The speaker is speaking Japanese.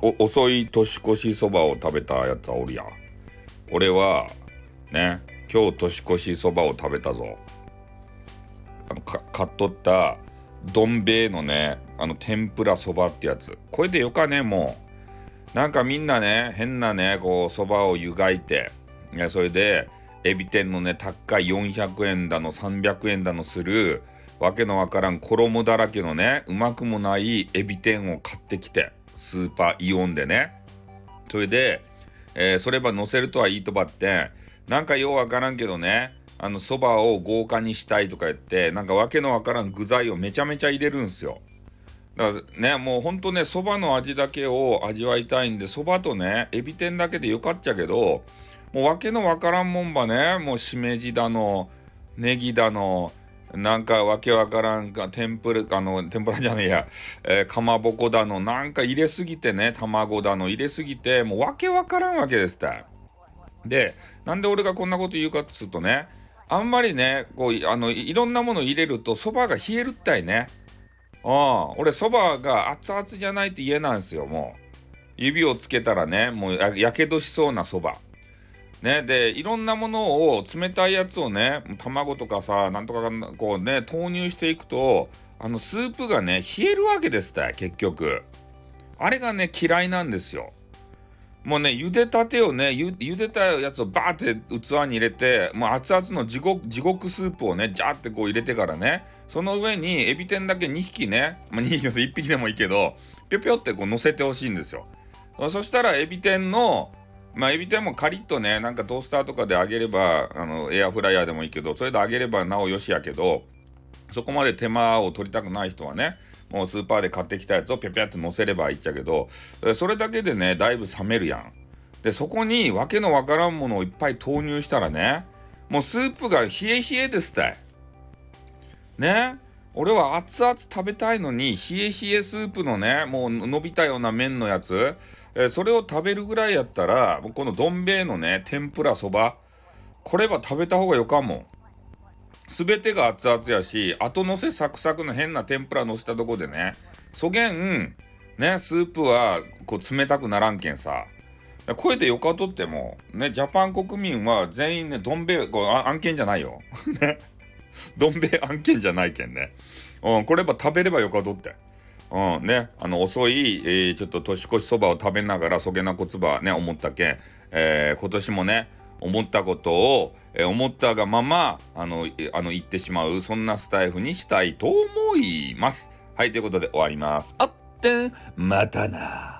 遅い年越しそばを食べたやつはおるやん。俺はね、今日年越しそばを食べたぞ。買っとったどん兵衛のね、天ぷらそばってやつ、これでよかね。もうなんかみんなね、変なね、こうそばを湯がいて、それでエビ天のね、高い400円だの300円だのするわけのわからん衣だらけのね、うまくもないエビ天を買ってきて、スーパーイオンでね、それで、それば乗せるとはいいとばって、なんかようわからんけどね、そばを豪華にしたいとか言って、なんかわけのわからん具材をめちゃめちゃ入れるんすよ。だからね、もうほんとね、そばの味だけを味わいたいんで、そばとね、エビ天だけでよかっちゃけど、もうわけのわからんもんばね、もうしめじだの、ネギだの、なんかわけわからんか、天ぷらじゃねえや、かまぼこだの、なんか入れすぎてね、卵だの入れすぎて、もうわけわからんわけですって。で、なんで俺がこんなこと言うかっつうとね、あんまりね、こう、いろんなもの入れると、そばが冷えるったいね。俺そばが熱々じゃないと言えないんですよ。もう指をつけたらね、もうやけどしそうなそばね。で、いろんなものを冷たいやつをね、卵とかさ、なんとかこうね、投入していくと、スープがね、冷えるわけですって。結局あれがね、嫌いなんですよ。もうね、茹でたてをね、茹でたやつをバーって器に入れて、もう熱々の地獄スープをね、ジャーってこう入れてからね、その上にエビ天だけ2匹ね、2匹です、1匹でもいいけど、ぴょぴょってこう乗せてほしいんですよ。そしたらエビ天の、エビ天もカリッとね、なんかトースターとかで揚げれば、エアフライヤーでもいいけど、それで揚げればなおよしやけど、そこまで手間を取りたくない人はね、もうスーパーで買ってきたやつをぴゃぴゃって乗せればいいっちゃけど、それだけでね、だいぶ冷めるやん。で、そこにわけのわからんものをいっぱい投入したらね、もうスープが冷え冷えですたい。ね。俺は熱々食べたいのに、冷え冷えスープのね、もう伸びたような麺のやつ、それを食べるぐらいやったら、もうこのどん兵衛のね、天ぷらそば、これは食べた方がよかもん。すべてが熱々やし、後乗せサクサクの変な天ぷら乗せたとこでね、そげん、ね、スープはこう冷たくならんけんさ。これでよかとっても、ね、ジャパン国民は全員ね、どん兵衛、案件じゃないよ。ね。どん兵衛案件じゃないけんね。これば食べればよかとって。ね、遅い、ちょっと年越しそばを食べながら、そげなこつばね、思ったけん、今年もね、思ったことを、思ったがまま、言ってしまう、そんなスタイフにしたいと思います。はい、ということで終わります。あって、またな。